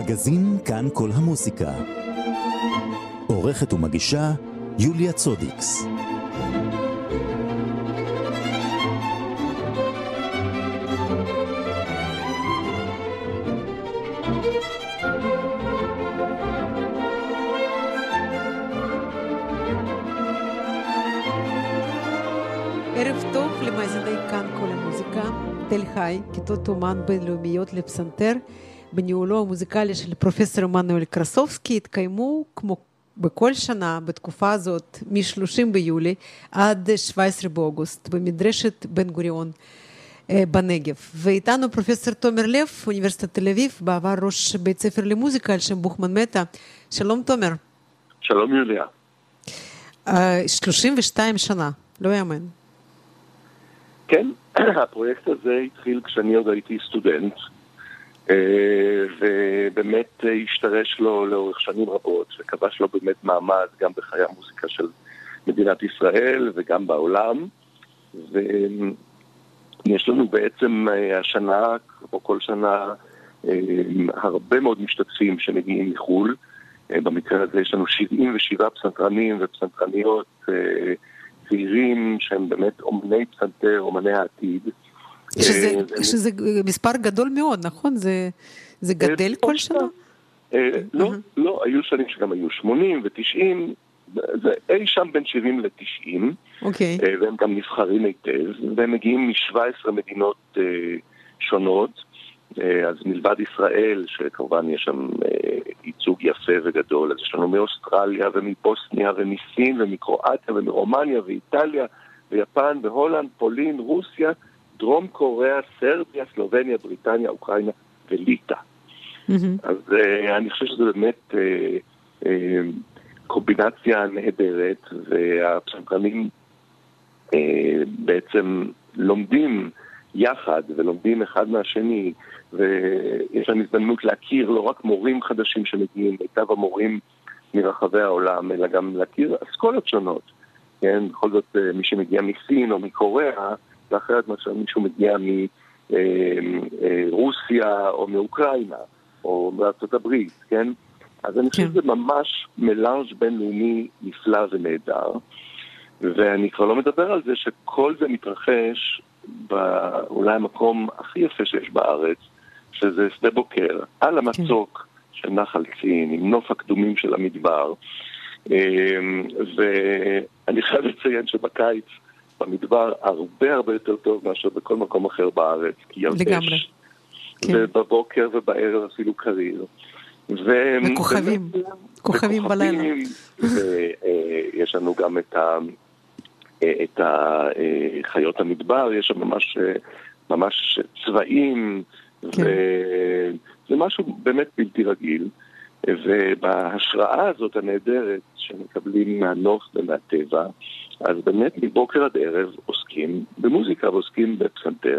מגזין כאן כל המוסיקה. עורכת ומגישה יוליה צודיקס. ערב טוב למאזיני כאן כל המוזיקה. תל חי, כיתות אומן בינלאומיות לפסנתר, בניהולו המוזיקלי של פרופסור עמנואל קרסובסקי, התקיימו כמו בכל שנה בתקופה הזאת, מ-30 ביולי עד 17 באוגוסט, במדרשת בן גוריון בנגב. ואיתנו פרופסור תומר לב, אוניברסיטת תל אביב, בעבר ראש בית ספר למוזיקה על שם בוכמן מטה. שלום תומר. שלום יוליה. 32 שנה, לא יאמן. כן, הפרויקט הזה התחיל כשאני עוד הייתי סטודנט, ובאמת השתרש לו לאורך שנים רבות, וכבש לו באמת מעמד גם בחיי המוזיקה של מדינת ישראל וגם בעולם. ויש לנו בעצם השנה, כמו כל שנה, הרבה מאוד משתתפים שמגיעים מחול. במקרה הזה יש לנו 77 פסנתרנים ופסנתרניות צעירים שהם באמת אומני פסנתר, אומני העתיד. שזה מספר גדול מאוד, נכון? זה גדל כל שנה? לא, היו שנים שגם היו 80 ו-90, זה אי שם בין 70 ל-90, והם גם נבחרים היטב, והם מגיעים מ-17 מדינות שונות, אז מלבד ישראל, שכמובן יש שם ייצוג יפה וגדול, אז יש לנו מאוסטרליה ומבוסניה ומסין ומקרואטיה ומרומניה ואיטליה ויפן והולנד, פולין, רוסיה, דרום קוריאה, סרביה, סלובניה, בריטניה, אוקראינה וליטא. אז אני חושב שזה באמת קומבינציה נהדרת, והפסנתרנים בעצם לומדים יחד ולומדים אחד מהשני, ויש לנו הזדמנות להכיר לא רק מורים חדשים שמגיעים, מיטב המורים מרחבי העולם, אלא גם להכיר אסכולות שונות. כן, בכל זאת מי שמגיע מסין או מקוריאה, זה אחרת מה שמישהו מגיע מרוסיה או מאוקראינה או מארצות הברית, כן? אז אני חושב שזה ממש מלאנג' בינלאומי נפלא ונהדר, ואני כבר לא מדבר על זה שכל זה מתרחש באולי המקום הכי יפה שיש בארץ, שזה שדה בוקר, על המצוק של נחל צין, עם נוף הקדומים של המדבר, ואני חייב לציין שבקיץ במדבר הרבה הרבה יותר טוב מאשר בכל מקום אחר בארץ, כי יבש, ובבוקר ובערב אפילו קריר. וכוכבים בלילה. ויש לנו גם את חיות המדבר, יש שם ממש צבעים, וזה משהו באמת בלתי רגיל. ובהשראה הזאת הנהדרת שמקבלים מהנוף ומהטבע, אז באמת מבוקר עד ערב עוסקים במוזיקה ועוסקים בפסנתר.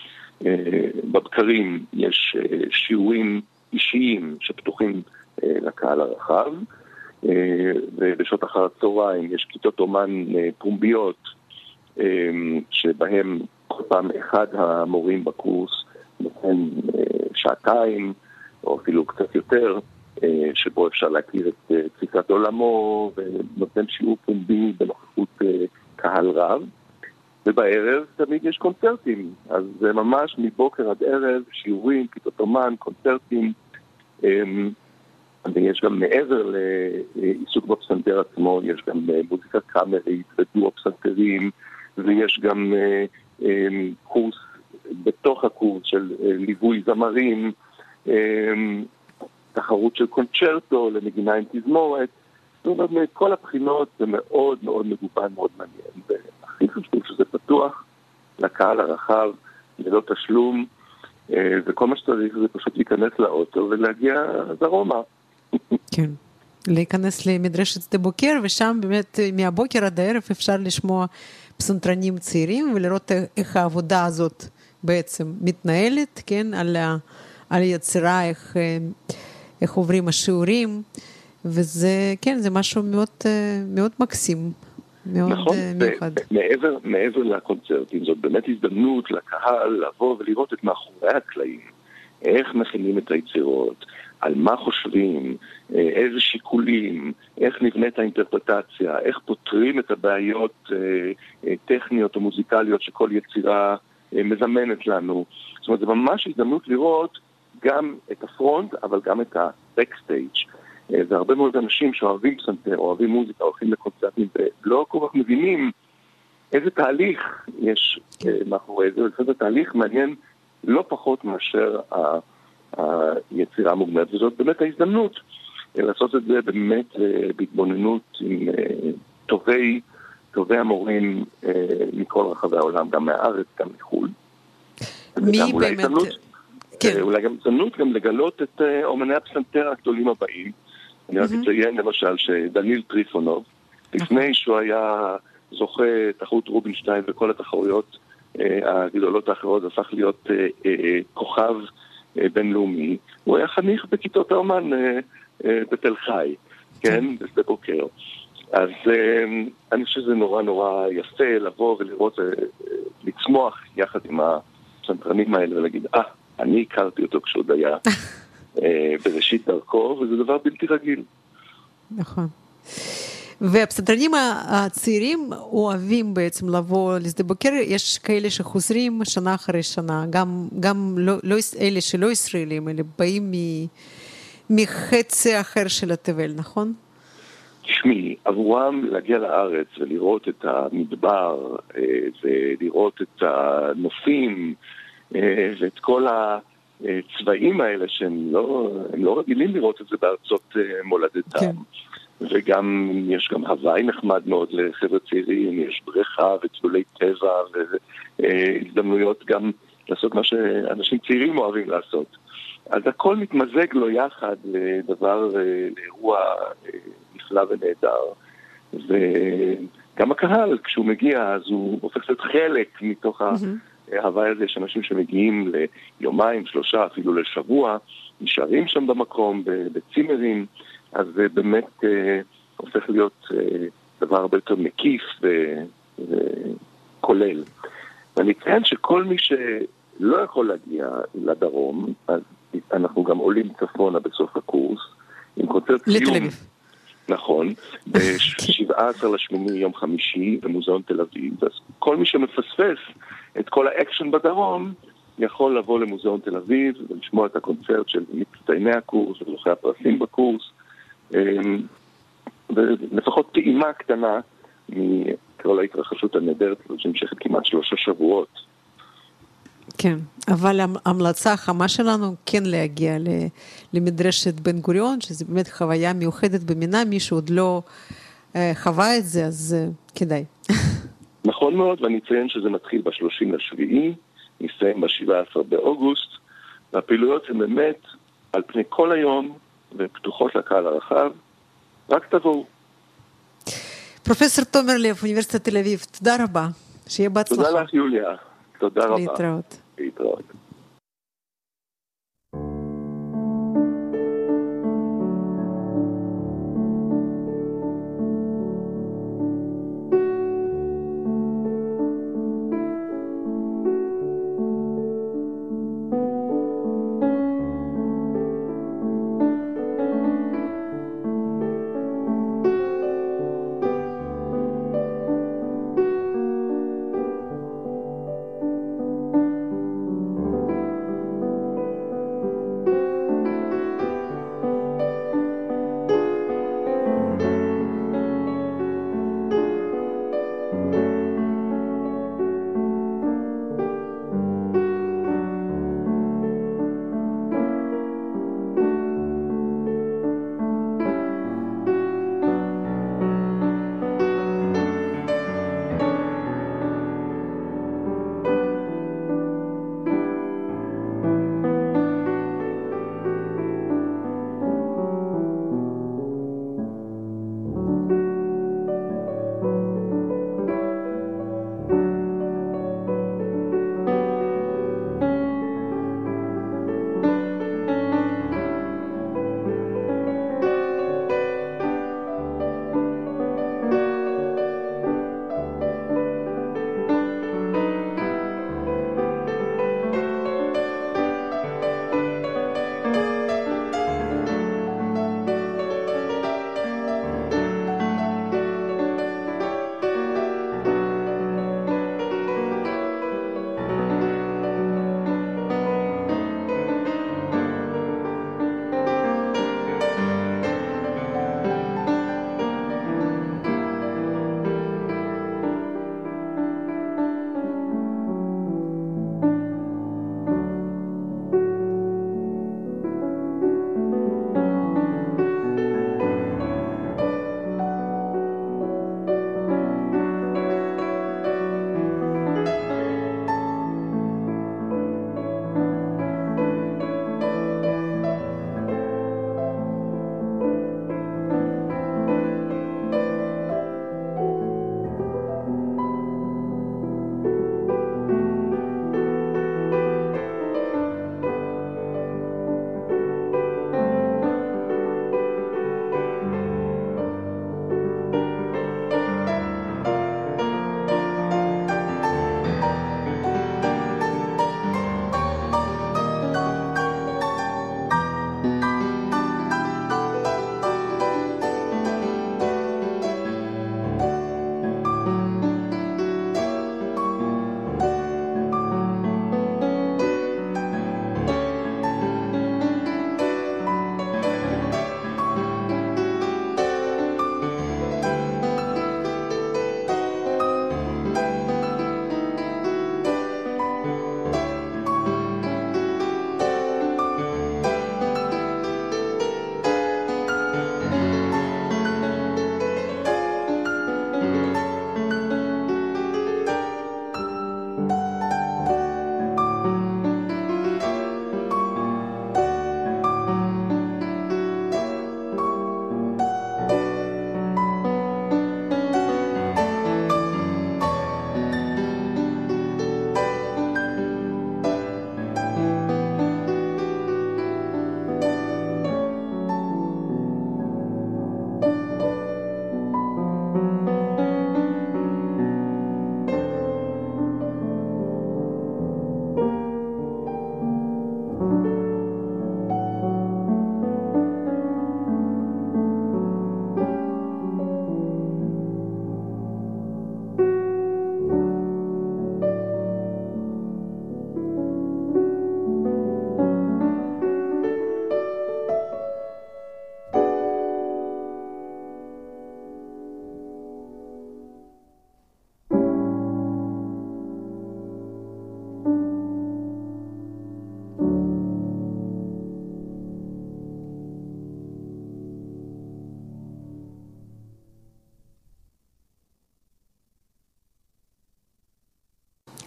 בבקרים יש שיעורים אישיים שפתוחים לקהל הרחב, ובשעות אחר הצהריים יש כיתות אומן פומביות, שבהם כל פעם אחד המורים בקורס נותן שעתיים או אפילו קצת יותר, שבו אפשר להכיר את תפיסת עולמו, ונותן שיעור פומבי בנוכחות קהל רב. ובערב תמיד יש קונצרטים, אז זה ממש מבוקר עד ערב, שיעורים, כיתות אומן, קונצרטים, ויש גם מעבר לעיסוק בפסנתר עצמו, יש גם מוזיקה קאמרית ודואו פסנתרים, ויש גם קורס בתוך הקורס של ליווי זמרים, תחרות של קונצ'רטו לנגינה עם תזמורת. זאת אומרת, מכל הבחינות זה מאוד מאוד מגוון, מאוד מעניין, והכי חשוב שזה פתוח לקהל הרחב, ללא תשלום, וכל מה שצריך זה פשוט להיכנס לאוטו ולהגיע דרומה. כן, להיכנס למדרשת שדה בוקר, ושם באמת מהבוקר עד הערב אפשר לשמוע פסנתרנים צעירים, ולראות איך העבודה הזאת בעצם מתנהלת, כן, על יצירה, איך עוברים השיעורים, וזה, כן, זה משהו מאוד, מאוד מקסים, מאוד נכון, מיוחד. מעבר לקונצרטים, זאת באמת הזדמנות לקהל לבוא ולראות את מאחורי הקלעים, איך מכינים את היצירות, על מה חושבים, איזה שיקולים, איך נבנית האינטרפרטציה, איך פותרים את הבעיות טכניות או מוזיקליות שכל יצירה מזמנת לנו. זאת אומרת, זה ממש הזדמנות לראות גם את הפרונט, אבל גם את הבקסטייג'. והרבה מאוד אנשים שאוהבים פסנתר, אוהבים מוזיקה, הולכים לקונצרטים, ולא כל כך מבינים איזה תהליך יש מאחורי זה. זה תהליך מעניין לא פחות מאשר היצירה המוגמרת, וזאת באמת ההזדמנות לעשות את זה באמת בהתבוננות עם טובי המורים מכל רחבי העולם, גם מהארץ, גם מחו"ל. מי באמת? אולי גם הזדמנות גם לגלות את אומני הפסנתר הגדולים הבאים. אני רק אציין למשל שדניל טריפונוב, לפני שהוא היה זוכה תחרות רובינשטיין וכל התחרויות הגדולות האחרות, הפך להיות כוכב בינלאומי. הוא היה חניך בכיתות האומן בתל חי, כן? בשדה בוקר. אז אני חושב שזה נורא נורא יפה לבוא ולראות, לצמוח יחד עם הפסנתרנים האלה ולהגיד, אני הכרתי אותו כשעוד היה בראשית דרכו, וזה דבר בלתי רגיל. נכון. והפסנתרנים הצעירים אוהבים בעצם לבוא לשדה בוקר, יש כאלה שחוזרים שנה אחרי שנה, גם לא אלה שלא ישראלים, אלה באים מחצי אחר של התבל, נכון? תשמעי, עבורם להגיע לארץ ולראות את המדבר, ולראות את הנופים, ואת כל הצבעים האלה שהם לא רגילים לראות את זה בארצות מולדתם. כן. וגם יש גם הוואי נחמד מאוד לחבר'ה צעירים, יש בריכה וצלולי טבע והזדמנויות גם לעשות מה שאנשים צעירים אוהבים לעשות. אז הכל מתמזג לו יחד לדבר, לאירוע נפלא ונהדר. וגם הקהל, כשהוא מגיע, אז הוא הופך להיות חלק מתוך ההוואי הזה. יש אנשים שמגיעים ליומיים, 3, אפילו לשבוע, נשארים שם במקום, בצימרים, אז זה באמת הופך להיות דבר הרבה יותר מקיף וכולל. ואני אציין שכל מי שלא יכול להגיע לדרום, אז אנחנו גם עולים צפונה בסוף הקורס, עם קונצרט סיום. נכון, ב-17/8 יום חמישי במוזיאון תל אביב. אז כל מי שמפספס את כל האקשן בדרום, יכול לבוא למוזיאון תל אביב ולשמוע את הקונצרט של מצטייני הקורס וזוכי הפרסים בקורס, ולפחות טעימה קטנה מכל ההתרחשות הנהדרת שנמשכת כמעט 3 שבועות. כן, אבל ההמלצה החמה שלנו כן להגיע למדרשת בן גוריון, שזה באמת חוויה מיוחדת במינה, מי שעוד לא חווה את זה, אז כדאי. נכון מאוד, ואני אציין שזה מתחיל ב-30/7, נסיים ב-17 באוגוסט, והפעילויות הן באמת על פני כל היום, ופתוחות לקהל הרחב, רק תבואו. פרופסור תומר לב, אוניברסיטת תל אביב, תודה רבה, שיהיה בהצלחה. תודה לך יוליה, תודה רבה. להתראות. להתראות.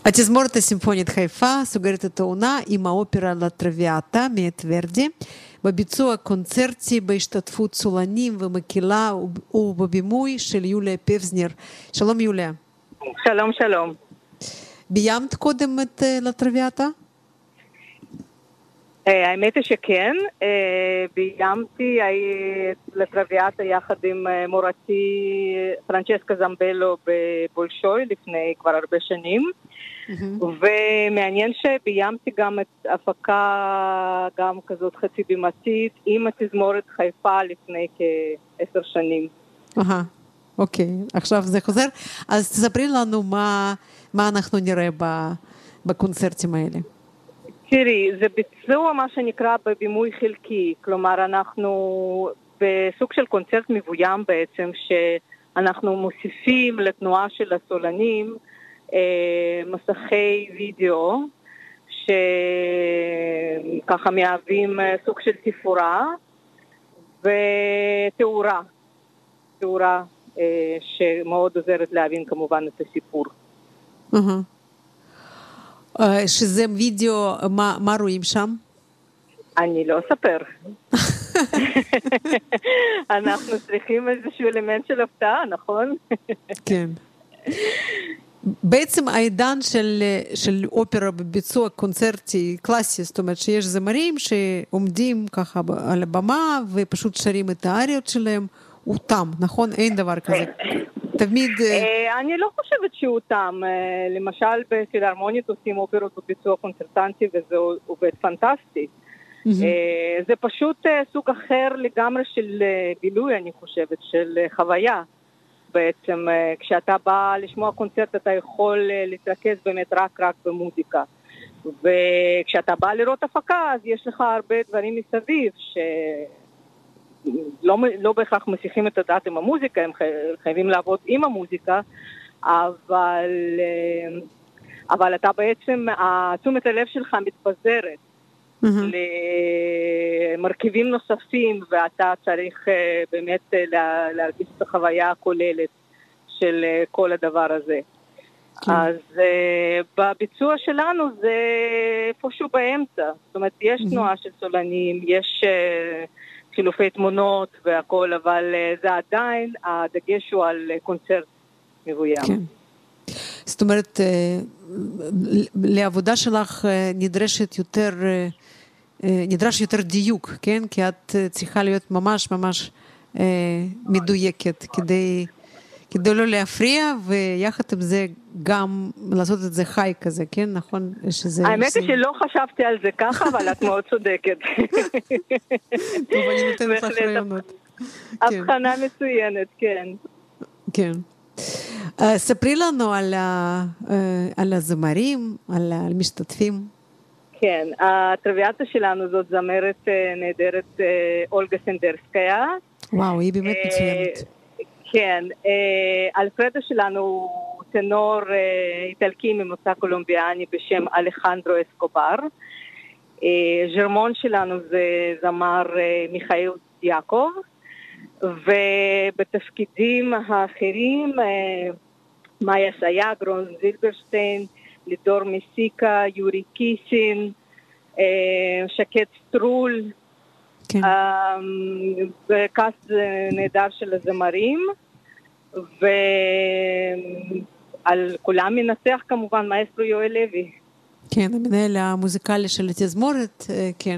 התזמורת הסימפונית חיפה סוגרת את העונה עם האופרה לה טרוויאטה מאת ורדי, בביצוע קונצרטי בהשתתפות סולנים ומקהלה ובבימוי של יוליה פבזנר. שלום יוליה. שלום, שלום. ביימת קודם את לה טרוויאטה? האמת היא שכן, ביימתי לה טרוויאטה יחד עם מורתי פרנצ'סקה זמבלו בבולשוי לפני כבר הרבה שנים. ומעניין שביימתי גם את הפקה גם כזאת חצי בימתית עם התזמורת חיפה לפני כ10 שנים. אוקיי, עכשיו זה חוזר. אז תספרי לנו מה אנחנו נראה בקונצרטים האלה. תראי, זה ביצוע מה שנקרא בבימוי חלקי, כלומר אנחנו בסוג של קונצרט מבוים בעצם, שאנחנו מוסיפים לתנועה של הסולנים מסכי וידאו שככה מהווים סוג של תפאורה ותאורה שמאוד עוזרת להבין כמובן את הסיפור. שזה וידאו, מה רואים שם? אני לא אספר. אנחנו צריכים איזשהו אלמנט של הפתעה, נכון? כן. בעצם העידן של אופרה בביצוע קונצרטי קלאסי, זאת אומרת שיש זמרים שעומדים ככה על הבמה ופשוט שרים את האריות שלהם, הוא תם, נכון? אין דבר כזה. תמיד... אני לא חושבת שהוא תם. למשל בפילהרמונית עושים אופרות בביצוע קונצרטנטי וזה עובד פנטסטי. זה פשוט סוג אחר לגמרי של בילוי, אני חושבת, של חוויה. בעצם כשאתה בא לשמוע קונצרט אתה יכול להתרכז באמת רק במוזיקה. וכשאתה בא לראות הפקה אז יש לך הרבה דברים מסביב לא בהכרח מסיחים את הדעת עם המוזיקה, הם חייבים לעבוד עם המוזיקה, אבל אתה בעצם, תשומת הלב שלך מתפזרת למרכיבים נוספים, ואתה צריך באמת להרגיש את החוויה הכוללת של כל הדבר הזה. אז בביצוע שלנו זה איפשהו באמצע, זאת אומרת יש תנועה של סולנים, יש חילופי תמונות והכל, אבל זה עדיין, הדגש הוא על קונצרט מבוים. כן. זאת אומרת, לעבודה שלך נדרש יותר דיוק, כן? כי את צריכה להיות ממש מדויקת כדי לא להפריע, ויחד עם זה גם לעשות את זה חי כזה, כן? נכון? האמת היא שלא חשבתי על זה ככה, אבל את מאוד צודקת. טוב, אני נותנת לך רעיונות. הבחנה מצוינת, כן. כן. ספרי לנו על הזמרים, על המשתתפים. כן, הטרוויאטה שלנו זאת זמרת נהדרת אולגה סנדרסקיה. וואו, היא באמת מצוינת. כן, אלפרדו שלנו הוא טנור איטלקי ממוצא קולומביאני בשם אלחנדרו אסקובר. ז'רמון שלנו זה זמר מיכאל יעקב, ובתפקידים האחרים מאיה סייג, רון זילברשטיין, לידור מסיקה, יורי קיסין, שקט סטרול, וקאסט נהדר של הזמרים, ועל כולם מנצח כמובן מאסטרו יואל לוי. כן, המנהל המוזיקלי של התזמורת, כן.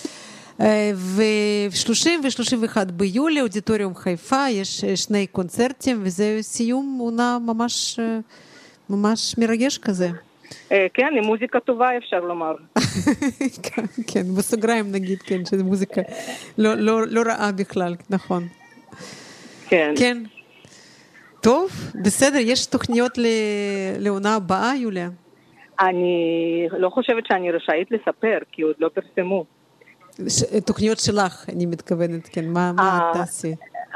ו-30 ו-31 ביולי, אודיטוריום חיפה, יש 2 קונצרטים, וזה סיום עונה ממש מרגש כזה. כן, עם מוזיקה טובה אפשר לומר. כן, בסוגריים נגיד, כן, שזה מוזיקה לא רעה בכלל, נכון. כן. כן. טוב, בסדר, יש תוכניות לעונה הבאה, יוליה? אני לא חושבת שאני רשאית לספר, כי עוד לא פרסמו. תוכניות שלך, אני מתכוונת, כן, מה תעשי?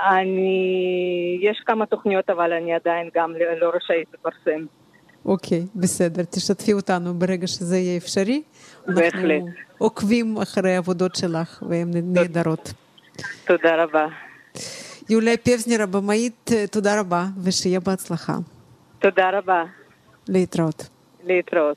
יש כמה תוכניות, אבל אני עדיין גם לא רשאית לפרסם. אוקיי, בסדר, תשתפי אותנו ברגע שזה יהיה אפשרי. בהחלט. אנחנו עוקבים אחרי העבודות שלך, והן נהדרות. תודה רבה. יוליה פבזנר, הבמאית, תודה רבה, ושיהיה בהצלחה. תודה רבה. להתראות. להתראות.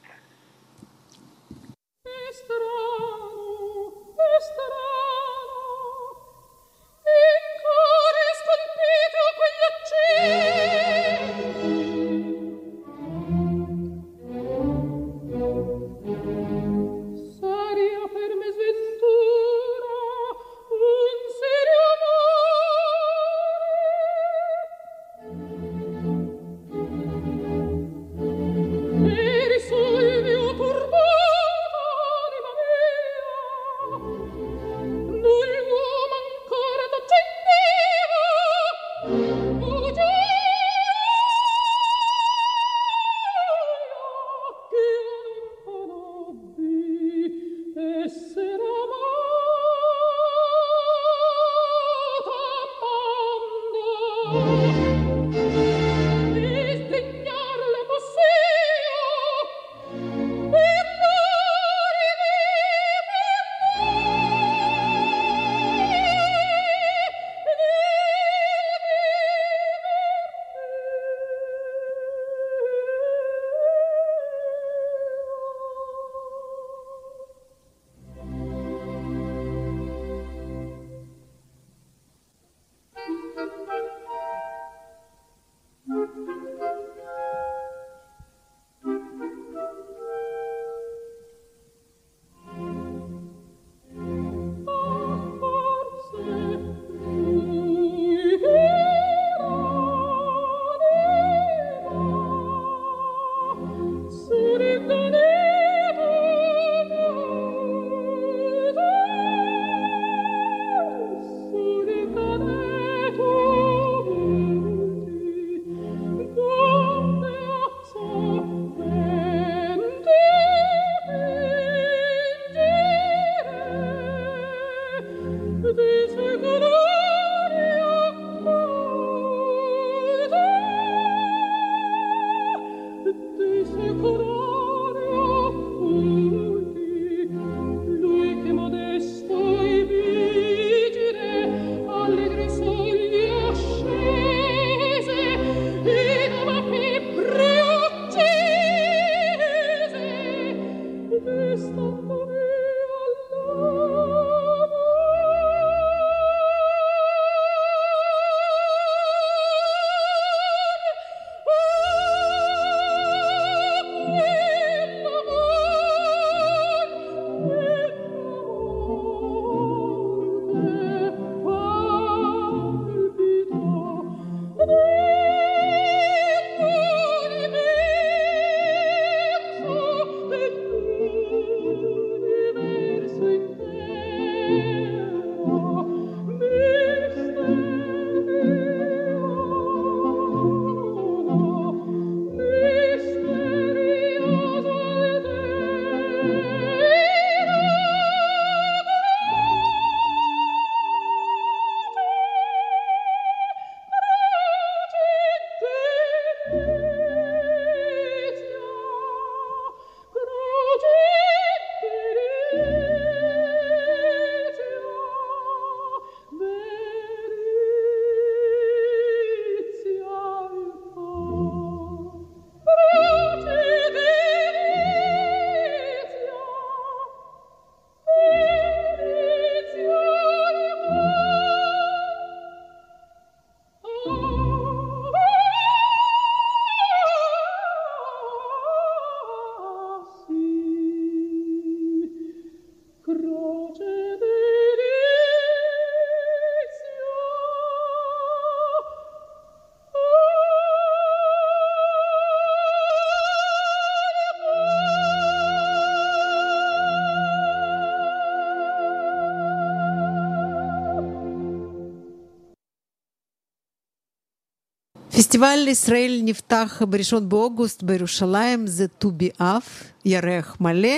פסטיבל ישראל נפתח ב1 באוגוסט בירושלים, זה ט"ו באב, ירח מלא,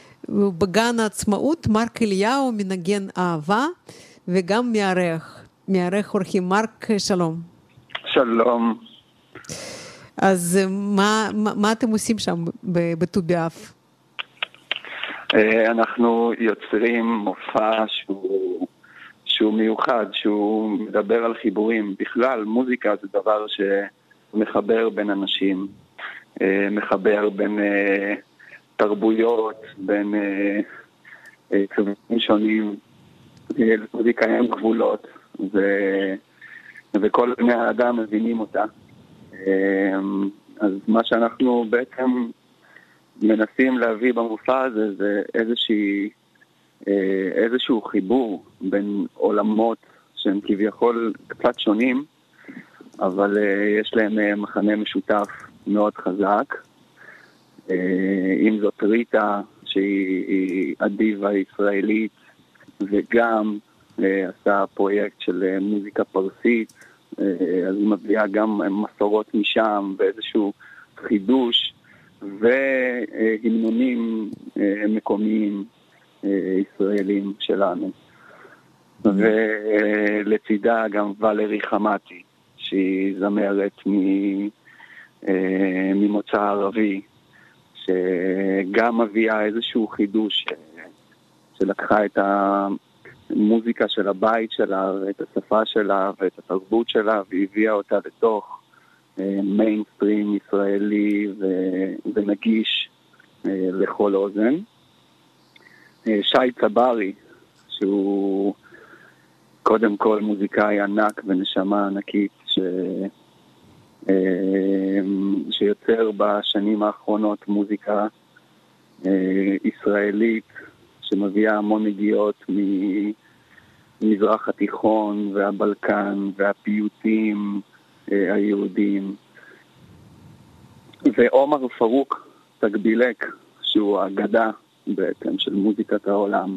בגן העצמאות מרק אליהו מנגן אהבה, וגם מארח אורחים. מרק, שלום. שלום. אז מה אתם עושים שם בט"ו באב? אנחנו יוצרים מופע שהוא מיוחד, שהוא מדבר על חיבורים. בכלל, מוזיקה זה דבר שמחבר בין אנשים. מחבר בין תרבויות, בין צבעים שונים, למוזיקה אין גבולות, וכל בני האדם מבינים אותה. אז מה שאנחנו בעצם מנסים להביא במופע הזה זה איזשהו חיבור בין עולמות שהם כביכול קצת שונים, אבל יש להם מחנה משותף מאוד חזק. אם זאת ריטה, שהיא אדיבה ישראלית, וגם עשה פרויקט של מוזיקה פרסית, אז היא מביאה גם מסורות משם ואיזשהו חידוש, והמנונים מקומיים ישראלים שלנו. ולצידה גם ולרי חמאטי, שהיא זמרת ממוצא ערבי, שגם מביאה איזשהו חידוש, שלקחה את המוזיקה של הבית שלה, ואת השפה שלה, ואת התרבות שלה, והביאה אותה לתוך מיינסטרים ישראלי ונגיש לכל אוזן. שי צברי, שהוא קודם כל מוזיקאי ענק ונשמה ענקית, שיוצר בשנים האחרונות מוזיקה ישראלית, שמביאה המון נגיעות ממזרח התיכון והבלקן והפיוטים היהודים. ועומר פרוק תגבילק, שהוא האגדה בעצם של מוזיקת העולם.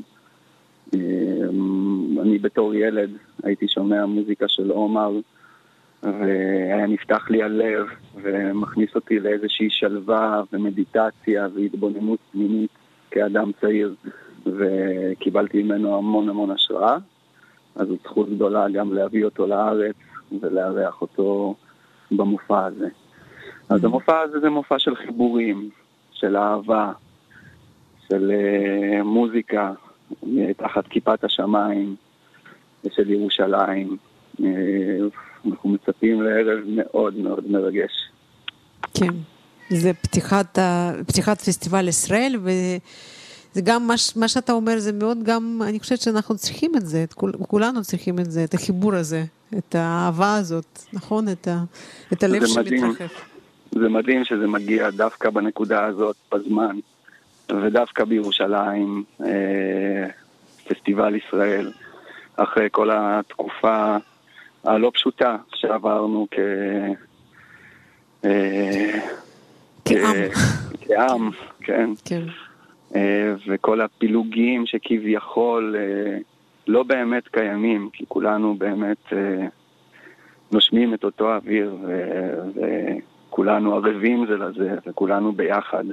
אני בתור ילד הייתי שומע מוזיקה של עומר, והיה נפתח לי הלב ומכניס אותי לאיזושהי שלווה ומדיטציה והתבוננות פנימית כאדם צעיר, וקיבלתי ממנו המון המון השראה. אז זו זכות גדולה גם להביא אותו לארץ ולארח אותו במופע הזה. אז המופע הזה זה מופע של חיבורים, של אהבה, של מוזיקה תחת כיפת השמיים ושל ירושלים. אנחנו מצפים לערב מאוד מאוד מרגש. כן, זה פתיחת פסטיבל ישראל, וזה גם מה שאתה אומר, זה מאוד גם, אני חושבת שאנחנו צריכים את זה, כולנו צריכים את זה, את החיבור הזה, את האהבה הזאת, נכון? את הלב שמתרחב. זה מדהים שזה מגיע דווקא בנקודה הזאת בזמן, ודווקא בירושלים, פסטיבל ישראל, אחרי כל התקופה הלא פשוטה שעברנו כעם, כן. וכל הפילוגים שכביכול לא באמת קיימים, כי כולנו באמת נושמים את אותו אוויר, וכולנו ערבים זה לזה, וכולנו ביחד.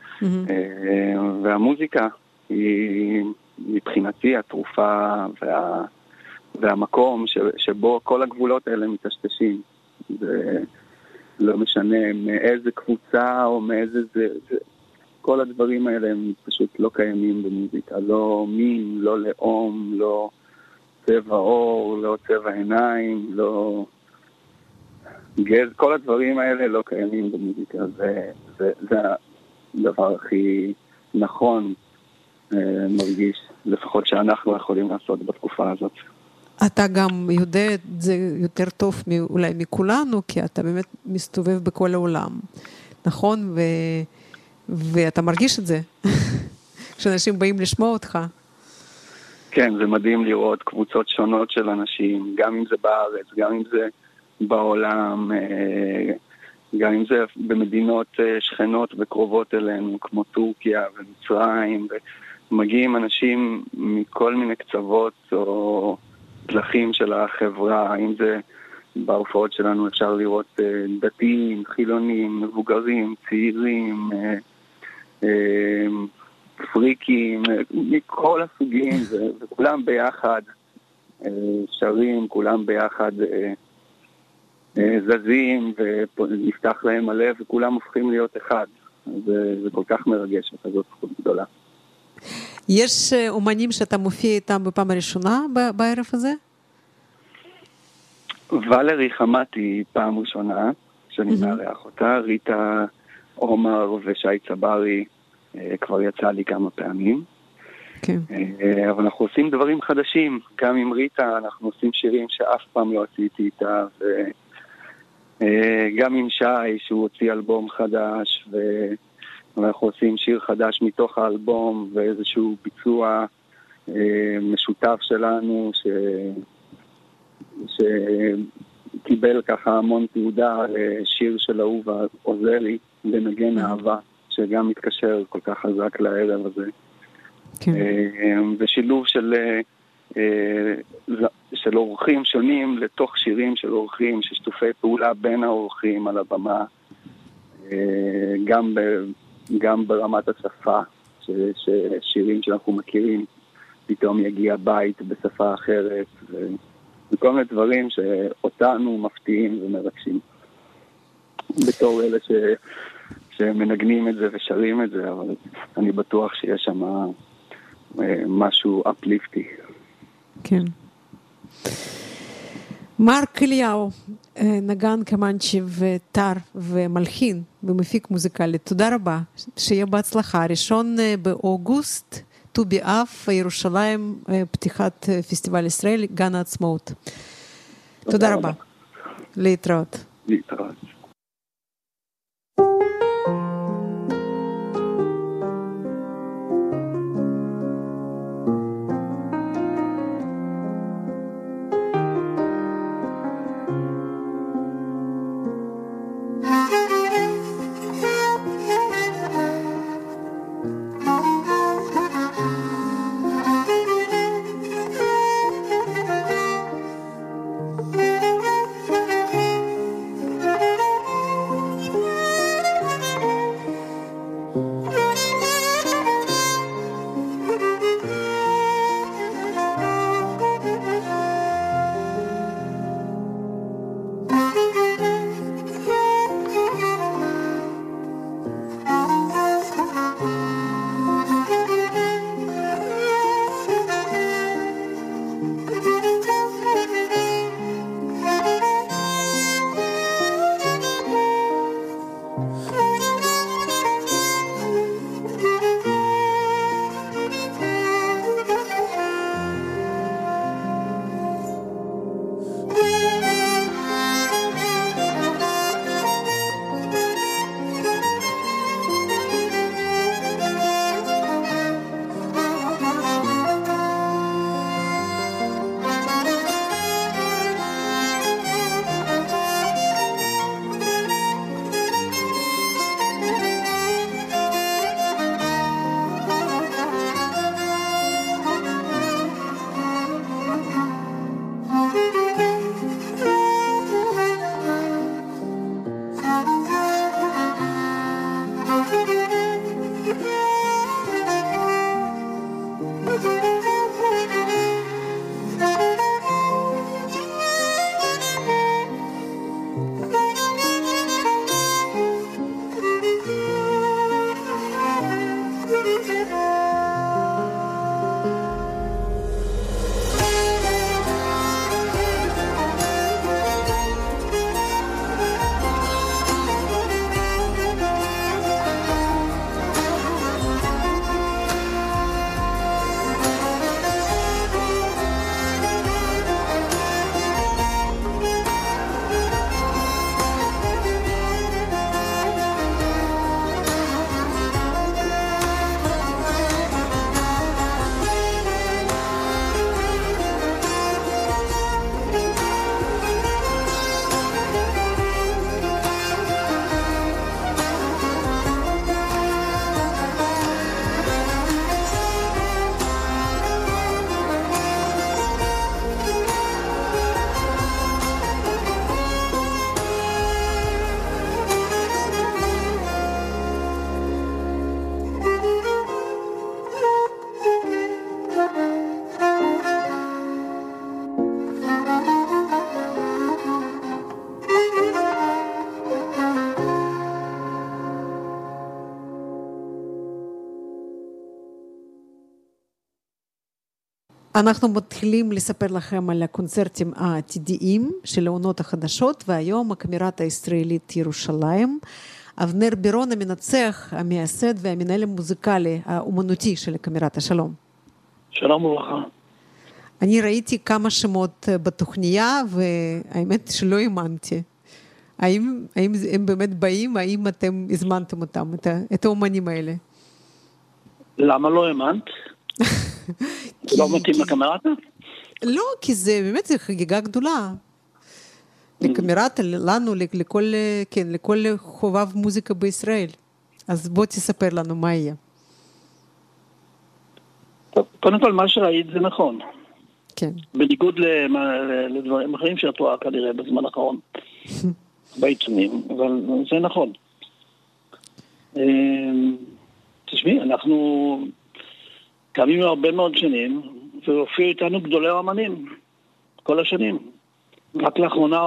והמוזיקה היא מבחינתי התרופה והמקום שבו כל הגבולות האלה מתשתשים. זה לא משנה מאיזה קבוצה או מאיזה כל הדברים האלה הם פשוט לא קיימים במוזיקה. לא מין, לא לאום, לא צבע עור, לא צבע עיניים, לא גז. כל הדברים האלה לא קיימים במוזיקה. זה הדבר הכי נכון מרגיש, לפחות שאנחנו יכולים לעשות בתקופה הזאת. אתה גם יודע את זה יותר טוב אולי מכולנו, כי אתה באמת מסתובב בכל העולם, נכון? ואתה מרגיש את זה, כשאנשים באים לשמוע אותך. כן, זה מדהים לראות קבוצות שונות של אנשים, גם אם זה בארץ, גם אם זה בעולם, גם אם זה במדינות שכנות וקרובות אלינו, כמו טורקיה ומצרים, ומגיעים אנשים מכל מיני קצוות או פלחים של החברה. אם זה בהופעות שלנו אפשר לראות דתיים, חילונים, מבוגרים, צעירים, פריקים, מכל הסוגים, וכולם ביחד שרים, כולם ביחד זזים, ונפתח להם הלב, וכולם הופכים להיות אחד. זה כל כך מרגש, וכזאת זכות גדולה. יש אומנים שאתה מופיע איתם בפעם הראשונה בערב הזה? ולרי חמאטי פעם ראשונה, שאני מארח אותה. עומר ושי צברי כבר יצא לי כמה פעמים. כן. אבל אנחנו עושים דברים חדשים. גם עם ריטה אנחנו עושים שירים שאף פעם לא עשיתי איתה, וגם עם שי שהוא הוציא אלבום חדש, ואנחנו עושים שיר חדש מתוך האלבום, ואיזשהו ביצוע משותף שלנו שקיבל ככה המון תעודה לשיר של אהובה עוזרי לנגן אהבה, שגם מתקשר כל כך חזק לערב הזה. כן. ושילוב של אורחים שונים לתוך שירים של אורחים, ששיתופי פעולה בין האורחים על הבמה, גם ברמת השפה, ששירים שאנחנו מכירים פתאום יגיע בית בשפה אחרת, וכל מיני דברים שאותנו מפתיעים ומרגשים בתור אלה שמנגנים את זה ושרים את זה, אבל אני בטוח שיש שם משהו אפליפטי. כן. מרק אליהו, נגן, קמנצ'י וטר ומלחין ומפיק מוזיקלי. תודה רבה, שיהיה בהצלחה. 1 באוגוסט, ט"ו באב, ירושלים, פתיחת פסטיבל ישראל, גן העצמאות. תודה רבה. להתראות. להתראות. אנחנו מתחילים לספר לכם על הקונצרטים העתידיים של העונות החדשות, והיום הקאמרט הישראלית ירושלים. אבנר בירון המנצח, המייסד והמנהל המוזיקלי, האומנותי של הקמרטה. שלום. שלום וברכה. אני ראיתי כמה שמות בתוכניה, והאמת שלא האמנתי. האם הם באמת באים? האם אתם הזמנתם אותם, את האומנים האלה? למה לא האמנת? לא מתאים לקמרטה? לא, כי זה באמת זה חגיגה גדולה. לקמרטה, לנו, לכל חובב מוזיקה בישראל. אז בוא תספר לנו מה יהיה. קודם כל, מה שראית זה נכון. כן. בניגוד לדברים אחרים שאת רואה כנראה בזמן האחרון. בעיתונים, אבל זה נכון. תשמעי, אנחנו קיימים הרבה מאוד שנים, והופיעו איתנו גדולי האמנים, כל השנים. רק לאחרונה,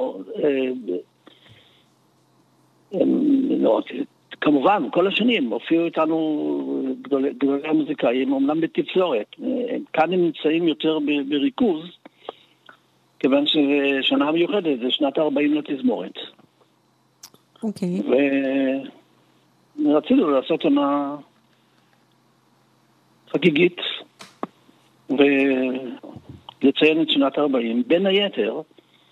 כמובן, כל השנים הופיעו איתנו גדולי המוזיקאים, אומנם בתפזורת. כאן הם נמצאים יותר בריכוז, כיוון שזה שנה מיוחדת, זה שנת 40 לתזמורת. אוקיי. ורצינו לעשות שנה חגיגית, ולציין את שנת 40, בין היתר,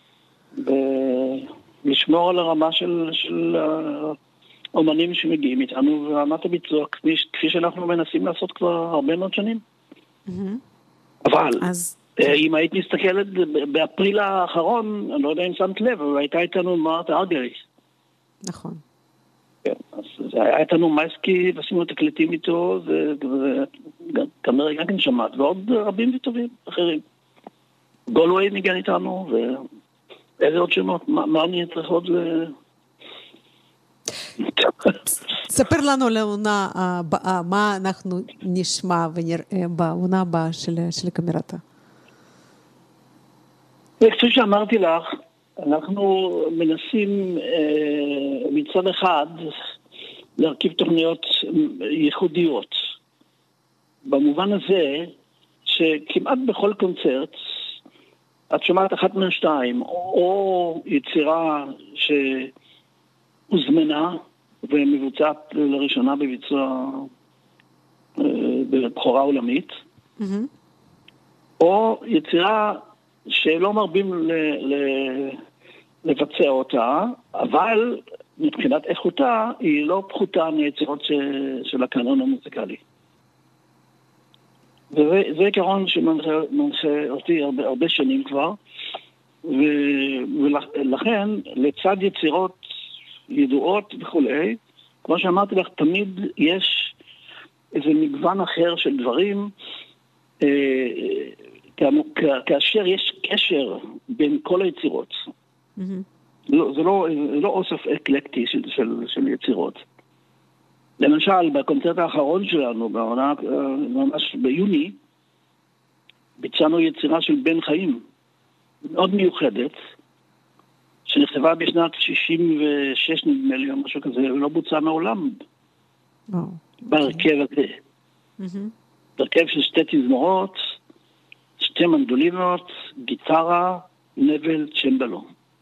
ולשמור על הרמה של האומנים שמגיעים איתנו, ורמת הביצוע, כפי שאנחנו מנסים לעשות כבר הרבה מאוד שנים. אבל... אם היית מסתכלת באפריל האחרון, אני לא יודע אם שמת לב, אבל הייתה איתנו מרט ארגריס. נכון. כן, אז היה איתנו מייסקי, ועשינו תקליטים איתו, וכנראה גם כן שמעת, ועוד רבים וטובים אחרים. גולווי ניגן איתנו, ואיזה עוד שמות, מה אני צריך עוד ספר לנו לעונה הבאה, מה אנחנו נשמע ונראה בעונה הבאה של הקמרטה. כפי שאמרתי לך, אנחנו מנסים מצד אחד להרכיב תוכניות ייחודיות. במובן הזה שכמעט בכל קונצרט את שומעת אחת מהשתיים, או יצירה שהוזמנה ומבוצעת לראשונה בביצוע בבחורה עולמית, או יצירה שלא מרבים לבצע אותה, אבל מבחינת איכותה היא לא פחותה מיצירות של הקנון המוזיקלי. וזה עיקרון שמנחה אותי הרבה שנים כבר, ולכן לצד יצירות ידועות וכולי, כמו שאמרתי לך, תמיד יש איזה מגוון אחר של דברים, כאשר יש קשר בין כל היצירות. זה לא אוסף אקלקטי של יצירות. למשל, בקונצרט האחרון שלנו, ממש ביוני, ביצענו יצירה של בן חיים, מאוד מיוחדת, שנכתבה בשנת 66 נדמה לי, או משהו כזה, ולא בוצע מעולם בהרכב הזה. בהרכב של שתי תזמורות, שתי מנדולינות, גיטרה, נבל, צ'מבלו.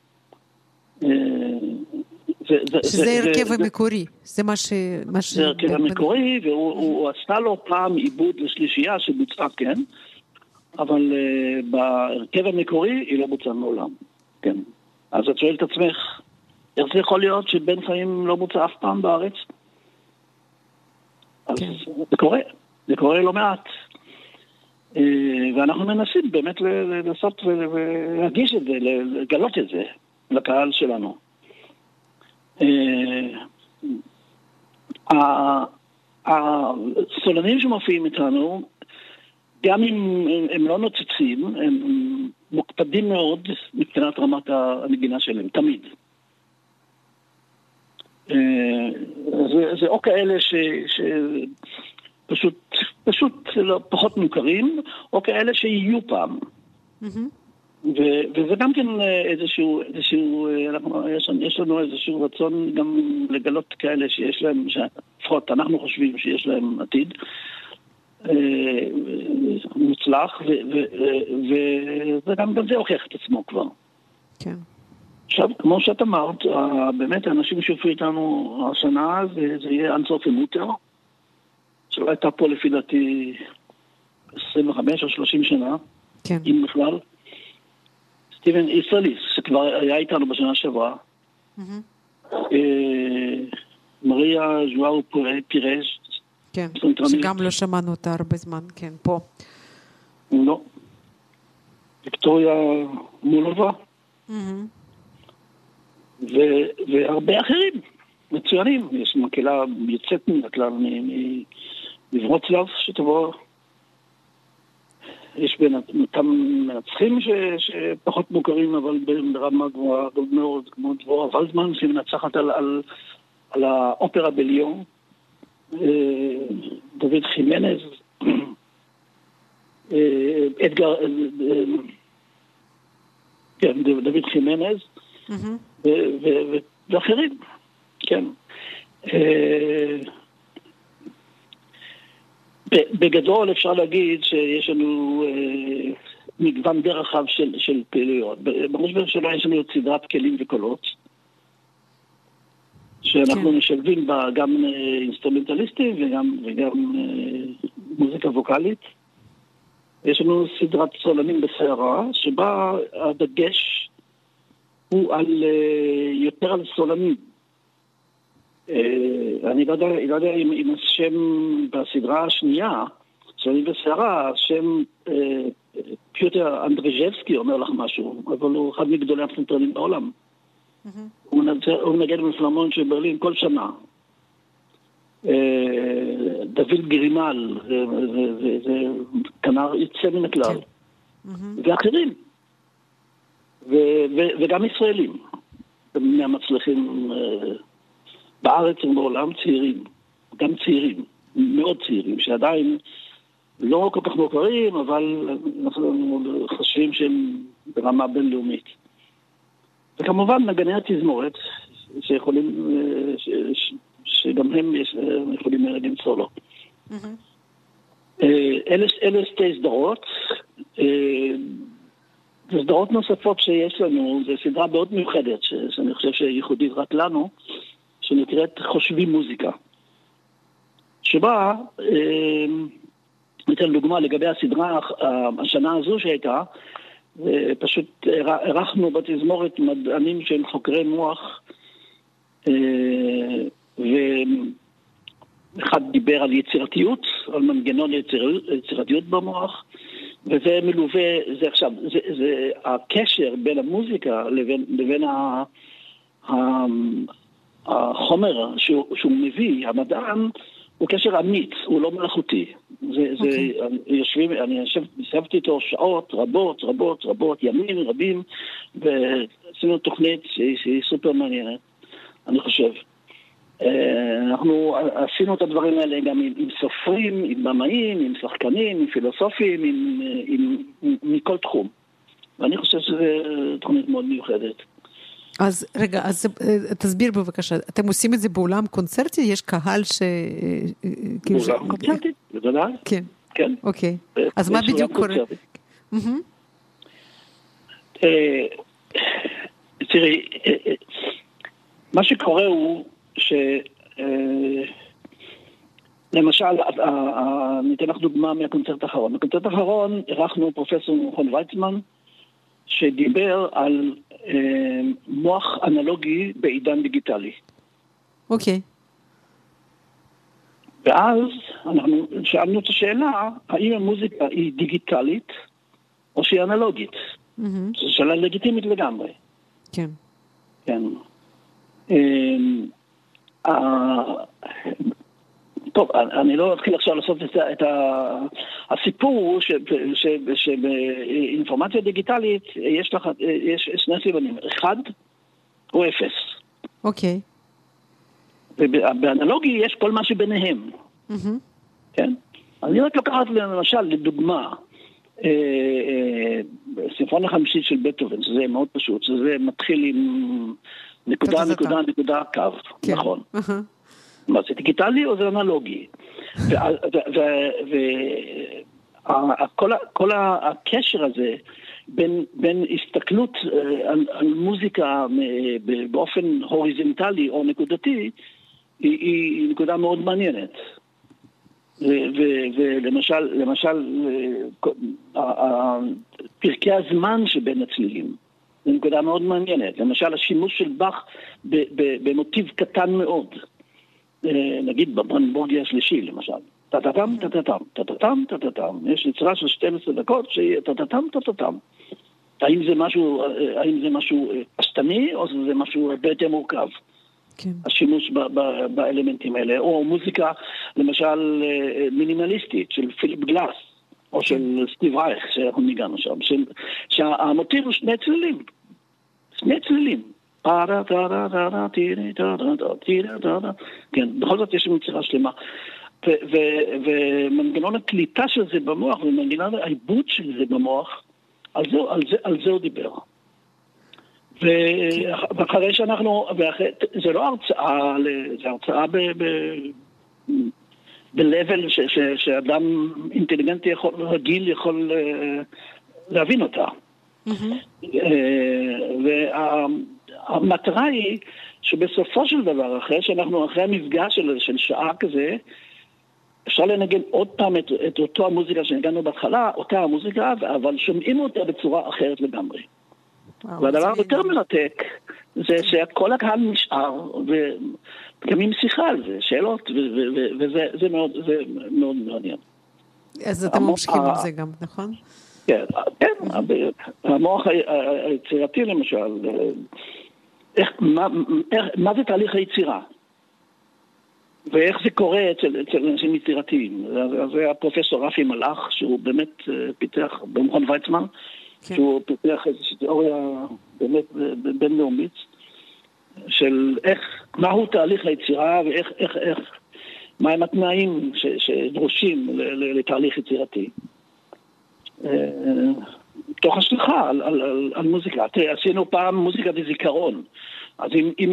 שזה הרכב המקורי, זה מה ש... זה הרכב המקורי, והוא עשה לו פעם עיבוד לשלישייה שבוצעה, כן, אבל בהרכב המקורי היא לא בוצעה מעולם, כן. אז את שואלת את עצמך, איך זה יכול להיות שבן חיים לא בוצע אף פעם בארץ? אז זה קורה לא מעט. ואנחנו מנסים באמת לעשות ולהגיש את זה, לגלות את זה לקהל שלנו. הסולנים שמופיעים איתנו, גם אם הם לא נוצצים, הם מוקפדים מאוד מבחינת רמת הנגינה שלהם, תמיד. זה או כאלה שפשוט פחות מוכרים, או כאלה שיהיו פעם. וזה גם כן יש לנו איזשהו רצון גם לגלות כאלה שיש להם, לפחות אנחנו חושבים שיש להם עתיד מוצלח, וגם זה הוכיח את עצמו כבר. כן. עכשיו, כמו שאת אמרת, באמת האנשים שהופיעו איתנו השנה, זה יהיה אנסופי מוטר, שלא הייתה פה לפי דעתי 25 או 30 שנה, כן. אם בכלל. סטיבן איסרליס, שכבר היה איתנו בשנה שעברה. מריה ז'ואאו פירז. כן, שגם לא שמענו אותה הרבה זמן, כן, פה. לא. ויקטוריה מולובה. והרבה אחרים מצוינים. יש מקהלה יוצאת מן הכלל מברוצלב שתבוא. יש אותם מנצחים שפחות מוכרים, אבל ברמה גבוהה מאוד, כמו דבורה ולזמן, שמנצחת על האופרה בליון. דוד חימנז, אדגר, כן, דוד חימנז, ואחרים, כן. בגדול אפשר להגיד שיש לנו מגוון די רחב של פעילויות. במשבר שלו יש לנו סדרת כלים וקולות, שאנחנו משלבים בה גם אינסטרומנטליסטים וגם מוזיקה ווקלית. יש לנו סדרת סולנים בסערה, שבה הדגש הוא יותר על סולנים. אני לא יודע אם השם בסדרה השנייה, סולנים בסערה, השם פיוטר אנדריז'בסקי אומר לך משהו, אבל הוא אחד מגדולי הפסנתרנים בעולם. הוא מנגן בפילהרמונית של ברלין כל שנה. דוד גרימל, זה כנר יוצא מן הכלל. ואחרים. וגם ישראלים. מהמצליחים בארץ ובעולם צעירים. גם צעירים. מאוד צעירים, שעדיין לא כל כך מוכרים, אבל אנחנו חושבים שהם ברמה בינלאומית. וכמובן נגני התזמורת, שיכולים, שגם הם יכולים לנגן סולו. אלה שתי סדרות. סדרות נוספות שיש לנו, זו סדרה מאוד מיוחדת, שאני חושב שייחודית רק לנו, שנקראת חושבים מוזיקה. שבה, ניתן דוגמה לגבי הסדרה, השנה הזו שהייתה, פשוט ערכנו בתזמורת מדענים שהם חוקרי מוח, ואחד דיבר על יצירתיות, על מנגנון יצירתיות במוח, וזה מלווה, זה עכשיו, זה הקשר בין המוזיקה לבין החומר שהוא מביא, המדען, הוא קשר אמיץ, הוא לא מלאכותי. אני ישבתי איתו שעות רבות, ימים רבים, ועשינו תוכנית שהיא סופר מעניינת, אני חושב. אנחנו עשינו את הדברים האלה גם עם סופרים, עם במאים, עם שחקנים, עם פילוסופים, מכל תחום. ואני חושב שזו תוכנית מאוד מיוחדת. אז רגע, אז תסביר בבקשה, אתם עושים את זה באולם קונצרטי? יש קהל באולם קונצרטי, בוודאי. כן, אוקיי. אז מה בדיוק קורה? תראי, מה שקורה הוא למשל, ניתן לך דוגמה מהקונצרט האחרון. בקונצרט האחרון ערכנו פרופסור מכון ויצמן, שדיבר על מוח אנלוגי בעידן דיגיטלי. אוקיי. ואז אנחנו שאלנו את השאלה, האם המוזיקה היא דיגיטלית או שהיא אנלוגית? זו שאלה לגיטימית לגמרי. כן. כן. טוב, אני לא אתחיל עכשיו לעשות את הסיפור הוא שבאינפורמציה דיגיטלית יש שני סיבנים, 1 או 0. אוקיי. ובאנלוגי יש כל מה שביניהם. כן? אני רק לקחת למשל לדוגמה, סימפוניה חמישית של בטהובן, שזה מאוד פשוט, שזה מתחיל עם נקודה, קו, נכון. מה, זה דיגיטלי או זה אנלוגי? וכל הקשר הזה בין הסתכלות על מוזיקה באופן הוריזונטלי או נקודתי, היא נקודה מאוד מעניינת. ולמשל, פרקי הזמן שבין הצלילים, זו נקודה מאוד מעניינת. למשל, השימוש של באך במוטיב קטן מאוד. נגיד בברנבורגי השלישי, למשל. טטטם, טטטם, טטטם, טטטם. יש יצירה של 12 דקות שהיא טטטם, טטטם. האם זה משהו פשטני, או זה משהו הרבה יותר מורכב? כן. השימוש באלמנטים האלה. או מוזיקה, למשל, מינימליסטית, של פיליפ גלאס, או של סטיב רייך, שאנחנו ניגענו שם, שהמוטיב הוא שני צלילים. שני צלילים. כן, בכל זאת יש לנו יצירה שלמה. ומנגנון הקליטה של זה במוח, ומנגנון העיבוד של זה במוח, על זה הוא דיבר. ואחרי שאנחנו, זה לא הרצאה, זה הרצאה בלבל שאדם אינטליגנטי רגיל יכול להבין אותה. והמטרה היא שבסופו של דבר, אחרי המפגש של שעה כזה, אפשר לנגן עוד פעם את אותו המוזיקה שנגענו בהתחלה, אותה המוזיקה, אבל שומעים אותה בצורה אחרת לגמרי. והדבר יותר מנתק זה שכל הקהל נשאר ומקיימים שיחה על זה, שאלות, וזה מאוד מעניין. אז אתם ממשיכים עם זה גם, נכון? כן, המוח היצירתי למשל, מה זה תהליך היצירה? ואיך זה קורה אצל אנשים יצירתיים? אז זה הפרופסור רפי מלאך, שהוא באמת פיתח במכון ויצמן, שהוא פיתח איזושהי תיאוריה באמת בינלאומית, של מהו תהליך היצירה ואיך, מהם התנאים שדרושים לתהליך יצירתי. תוך השלכה על מוזיקה. תראה, עשינו פעם מוזיקה וזיכרון. אז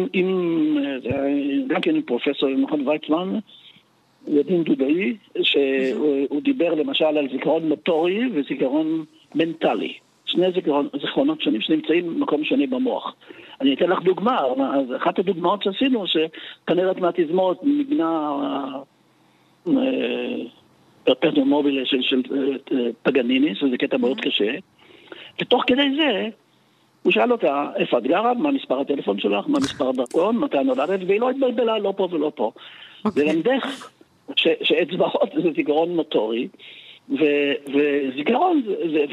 גם כן פרופסור במכון ויצמן, ידין דודאי, שהוא דיבר למשל על זיכרון מוטורי וזיכרון מנטלי. שני זיכרונות שונים שנמצאים במקום שני במוח. אני אתן לך דוגמה. אז אחת הדוגמאות שעשינו, שכנראה מהתזמורת נגנה פרפטום מובילה של פגניני, שזה קטע מאוד קשה. ותוך כדי זה, הוא שאל אותה, איפה את גרה? מה מספר הטלפון שלך? מה מספר הדרכון? מתי נולדת? והיא לא התבלבלה, לא פה ולא פה. ולמדך שאצבעות זה זיכרון מוטורי, וזיכרון,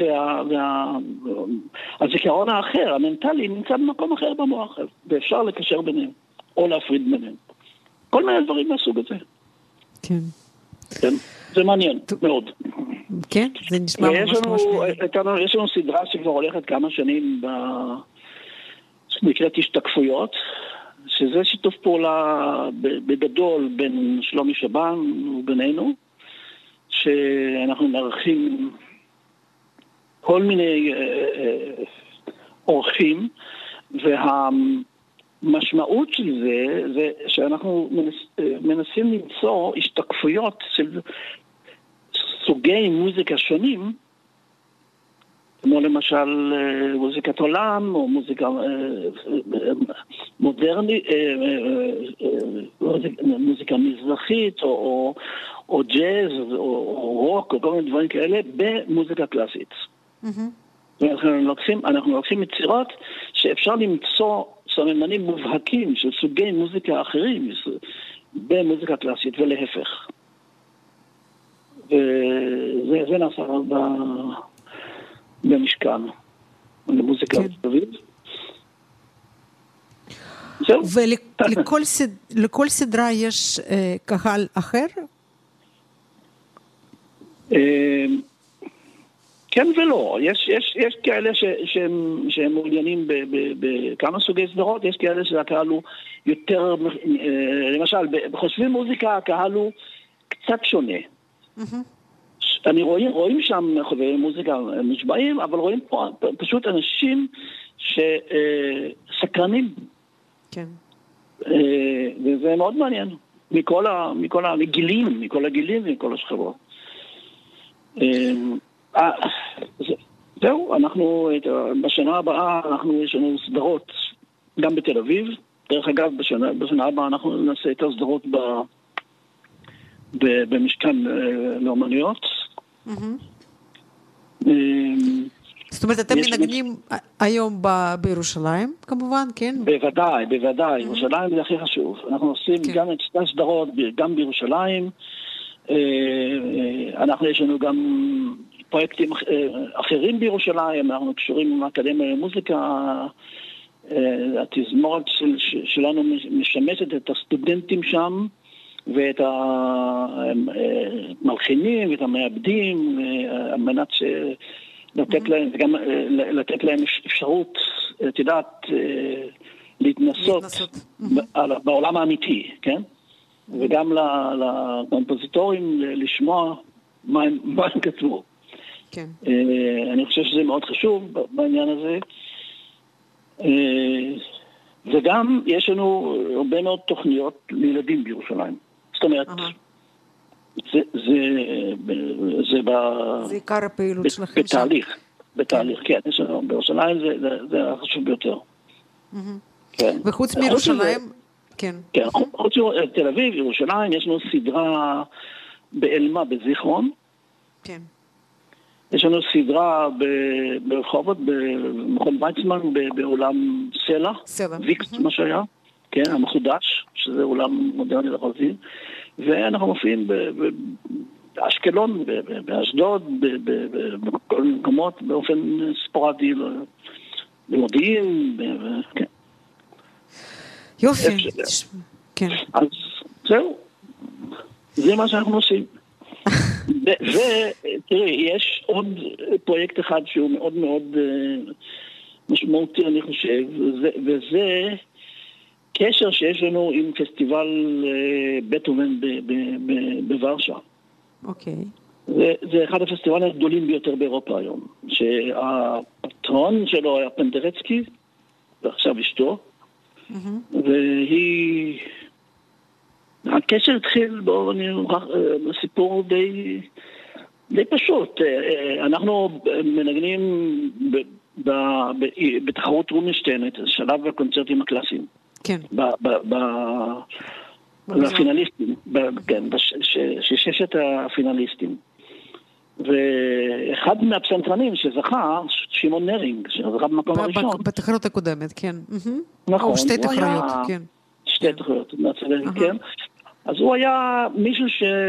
הזיכרון האחר, המנטלי, נמצא במקום אחר במוח, ואפשר לקשר ביניהם, או להפריד ביניהם. כל מיני דברים מהסוג הזה. כן. כן, זה מעניין, מאוד. כן, זה נשמע ממש משמעותי. יש לנו סדרה שכבר הולכת כמה שנים שנקראת השתקפויות, שזה שיתוף פעולה בגדול בין שלומי שבן ובינינו, שאנחנו מארחים כל מיני אורחים, והמשמעות של זה שאנחנו מנסים למצוא השתקפויות של סוגי מוזיקה שונים, כמו למשל מוזיקת עולם, או מוזיקה מודרנית, מוזיקה מזרחית, או ג'אז, או רוק, או כל מיני דברים כאלה, במוזיקה קלאסית. אנחנו לוקחים יצירות שאפשר למצוא סממנים מובהקים של סוגי מוזיקה אחרים במוזיקה קלאסית, ולהפך. וזה נעשה במשכן, למוזיקה סביב. ולכל סדרה יש קהל אחר? כן ולא. יש כאלה שהם מעוניינים בכמה סוגי סדרות, יש כאלה שהקהל הוא יותר, למשל, בחושבים מוזיקה, הקהל הוא קצת שונה. אני רואים שם חובבי מוזיקה מושבעים, אבל רואים פה פשוט אנשים שסקרנים. כן. וזה מאוד מעניין. מכל הגילים ומכל השכבות. זהו, בשנה הבאה יש לנו סדרות גם בתל אביב. דרך אגב, בשנה הבאה אנחנו נעשה את הסדרות במשכן לאומניות. זאת אומרת, אתם מנגנים היום בירושלים, כמובן, כן? בוודאי. ירושלים זה הכי חשוב. אנחנו עושים גם את שתי הסדרות, גם בירושלים. יש לנו גם פרויקטים אחרים בירושלים, אנחנו קשורים עם האקדמיה למוזיקה. התזמורת שלנו משמשת את הסטודנטים שם, ואת המלחינים ואת המעבדים, על מנת לתת להם, וגם לתת להם אפשרות, את יודעת, להתנסות בעולם האמיתי, כן? וגם לקומפוזיטורים לשמוע מה הם כתבו. אני חושב שזה מאוד חשוב בעניין הזה. וגם יש לנו הרבה מאוד תוכניות לילדים בירושלים. זאת אומרת, זה עיקר הפעילות שלכם שם. בתהליך, כן. בירושלים זה החשוב ביותר. וחוץ מירושלים, כן. כן, חוץ מתל אביב, ירושלים, יש לנו סדרה באלמה בזיכרון. כן. יש לנו סדרה ברחובות, במכון ויצמן, באולם סלע. ויקס, מה שהיה. כן, המחודש, שזה אולם מודרני לחלוטין. ואנחנו מופיעים באשקלון, באשדוד, בכל מקומות, באופן ספורדי, במודיעין, כן. יופי. כן. אז זהו. זה מה שאנחנו עושים. ותראי, יש עוד פרויקט אחד שהוא מאוד מאוד משמעותי, אני חושב, וזה קשר שיש לנו עם פסטיבל בטהובן בוורשה. אוקיי. זה אחד הפסטיבלים הגדולים ביותר באירופה היום, שהפטרון שלו היה פנדרצקי, ועכשיו אשתו, והיא... הקשר התחיל בסיפור די פשוט. אנחנו מנגנים בתחרות רובינשטיין, שלב הקונצרטים הקלאסיים. כן. לפינליסטים, כן, שששת הפינליסטים. ואחד מהפסנתרנים שזכה, שמעון נרינג, שזכה במקום הראשון. בתחרות הקודמת, כן. נכון. או שתי תחרויות, כן. שתי תחרויות, כן. אז הוא היה מישהו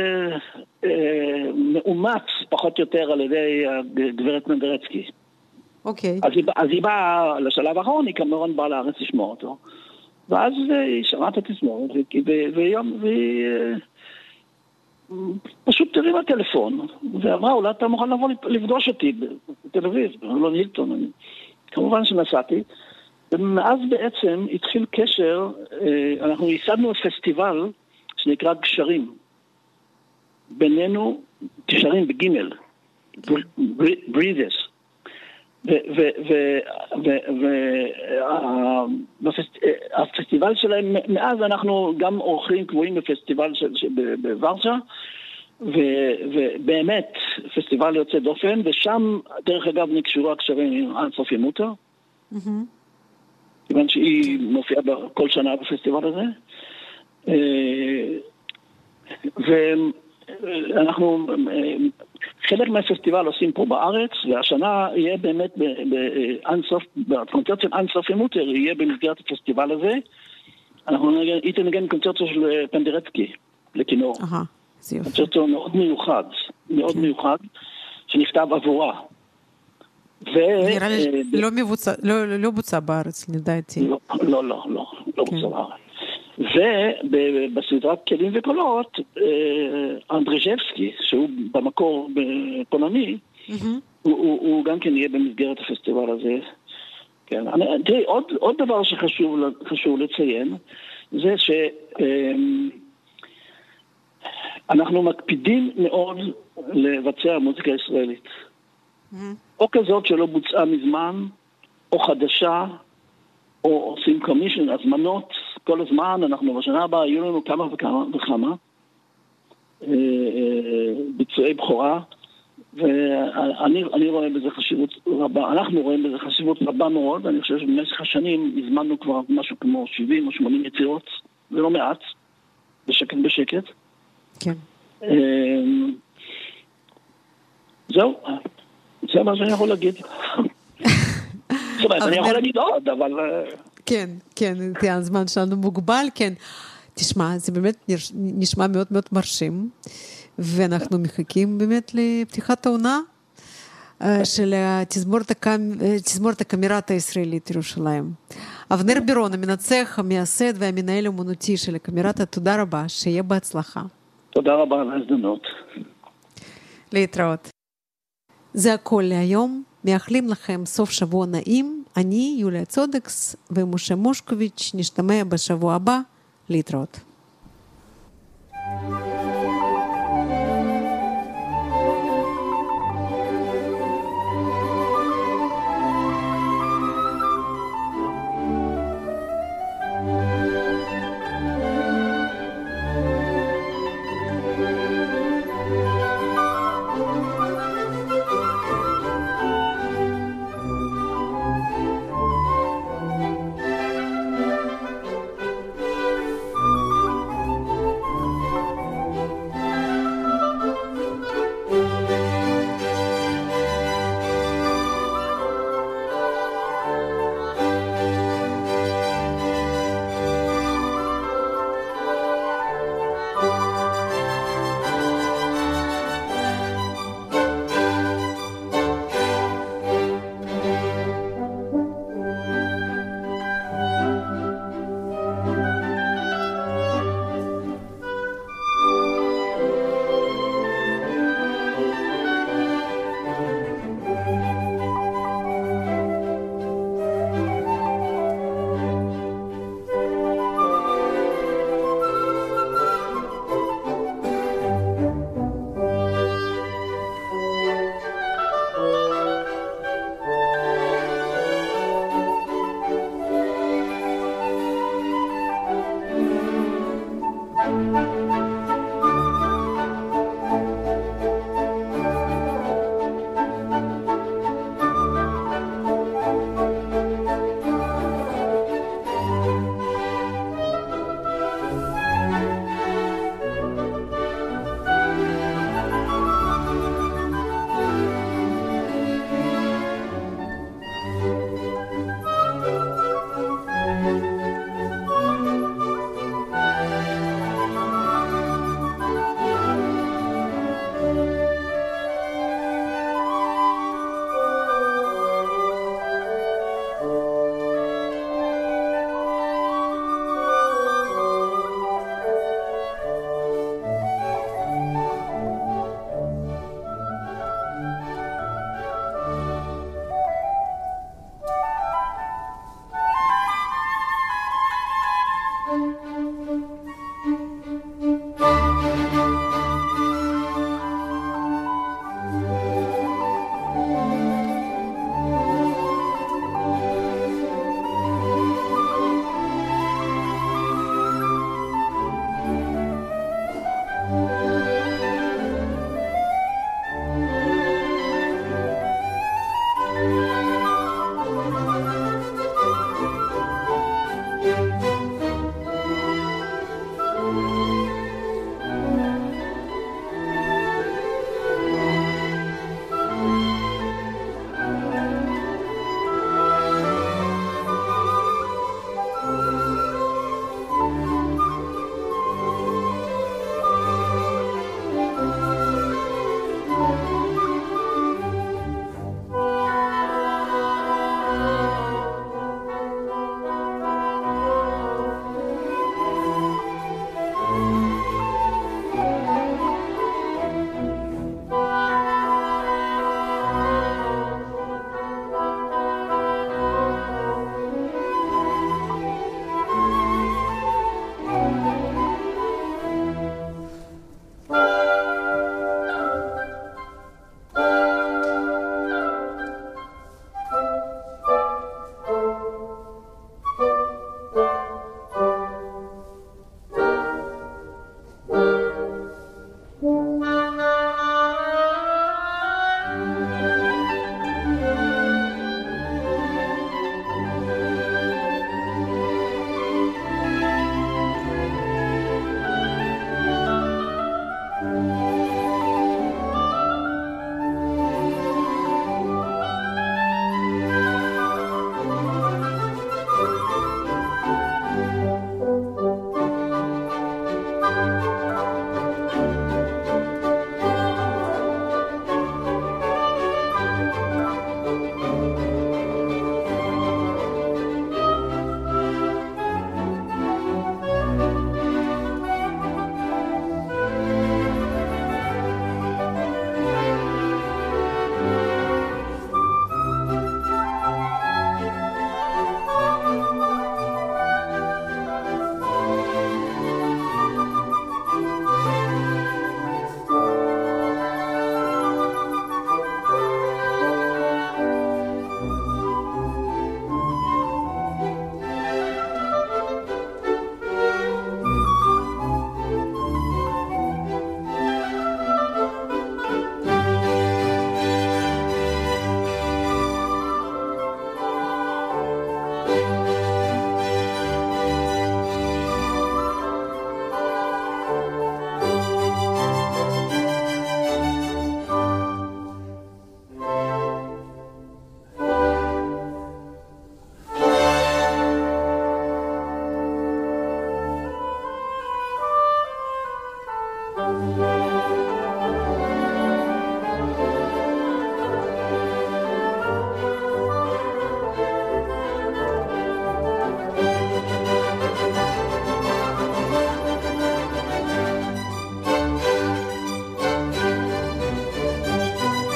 שמאומץ פחות או יותר על ידי גברת מנדרצקי. אוקיי. אז היא באה לשלב האחרון, היא כמובן באה לארץ לשמוע אותו. ואז היא שמעה את התזמורת, והיא פשוט תרימה טלפון, ואמרה, אולי אתה מוכן לבוא לפגוש אותי בתל אביב, לא נילטון. כמובן שנסעתי, ומאז בעצם התחיל קשר, אנחנו ייסדנו פסטיבל שנקרא גשרים. בינינו, גשרים בגימל, בריזס. והפסטיבל שלהם, מאז אנחנו גם אורחים קבועים בפסטיבל בוורשה, ובאמת פסטיבל יוצא דופן, ושם דרך אגב נקשרו הקשרים עם אנסופיה מוטר, כיוון שהיא מופיעה כל שנה בפסטיבל הזה, ואנחנו חלק מהפסטיבל עושים פה בארץ, והשנה יהיה באמת בקונצרט של אנסופיה מוטר, יהיה במסגרת הפסטיבל הזה, אנחנו נגן קונצרטו של פנדרצקי לכינור. קונצרטו מאוד מיוחד, מאוד מיוחד, שנכתב עבורה. נראה לי לא בוצע בארץ, לדעתי. לא בוצע בארץ. ובסדרת כלים וקולות, אנדריז'בסקי, שהוא במקור פולני, הוא גם כן יהיה במסגרת הפסטיבל הזה. כן. תראי, עוד דבר שחשוב לציין, זה שאנחנו מקפידים מאוד לבצע מוזיקה ישראלית. או כזאת שלא בוצעה מזמן, או חדשה, או עושים קומישן, הזמנות, כל הזמן, אנחנו בשנה הבאה יהיו לנו כמה וכמה ביצועי בכורה, ואני רואה בזה חשיבות רבה, אנחנו רואים בזה חשיבות רבה מאוד, ואני חושב שבמשך השנים הזמנו כבר משהו כמו 70 או 80 יצירות, זה לא מעט, בשקט בשקט. כן. זהו, זה מה שאני יכול להגיד. זאת אומרת, אני יכול להגיד עוד, אבל... כן, כן, הזמן שלנו מוגבל, כן. תשמע, זה באמת נשמע מאוד מאוד מרשים, ואנחנו מחכים באמת לפתיחת העונה של תזמורת הקאמרט הישראלית ירושלים. אבנר בירון, המנצח, המייסד והמנהל האמנותי של הקאמרט, תודה רבה, שיהיה בהצלחה. תודה רבה על ההזדמנות. להתראות. זה הכל להיום. מאחלים לכם סוף שבוע נעים. אני יוליה צודקס ומשה מושקוביץ'. נשתמע בשבוע הבא. להתראות.